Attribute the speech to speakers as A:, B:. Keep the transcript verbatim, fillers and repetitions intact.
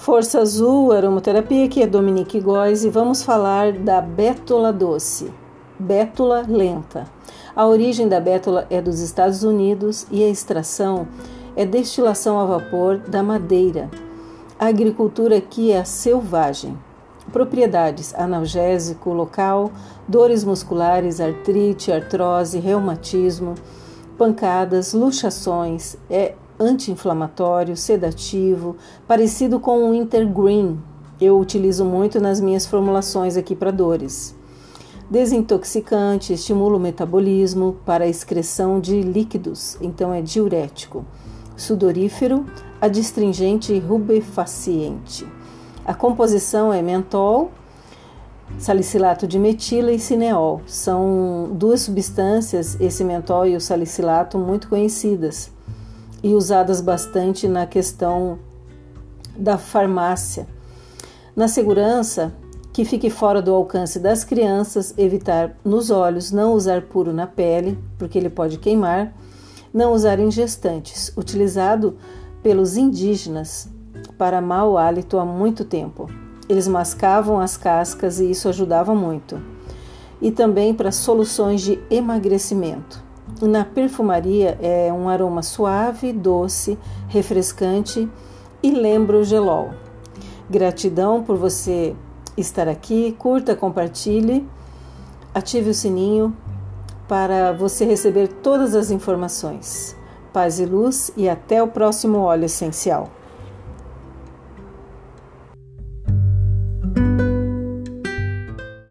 A: Força Azul, aromaterapia, aqui é Dominique Góes e vamos falar da bétula doce, bétula lenta. A origem da bétula é dos Estados Unidos e a extração é destilação a vapor da madeira. A agricultura aqui é selvagem. Propriedades: analgésico local, dores musculares, artrite, artrose, reumatismo, pancadas, luxações, é anti-inflamatório, sedativo, parecido com o Intergreen. Eu utilizo muito nas minhas formulações aqui para dores. Desintoxicante, estimula o metabolismo para a excreção de líquidos, então é diurético. Sudorífero, adstringente e rubefaciente. A composição é mentol, salicilato de metila e cineol. São duas substâncias, esse mentol e o salicilato, muito conhecidas e usadas bastante na questão da farmácia. Na segurança, que fique fora do alcance das crianças, evitar nos olhos, não usar puro na pele, porque ele pode queimar, não usar em gestantes, utilizado pelos indígenas para mau hálito há muito tempo. Eles mascavam as cascas e isso ajudava muito. E também para soluções de emagrecimento. Na perfumaria é um aroma suave, doce, refrescante e lembra o gelol. Gratidão por você estar aqui, curta, compartilhe, ative o sininho para você receber todas as informações. Paz e luz e até o próximo óleo essencial.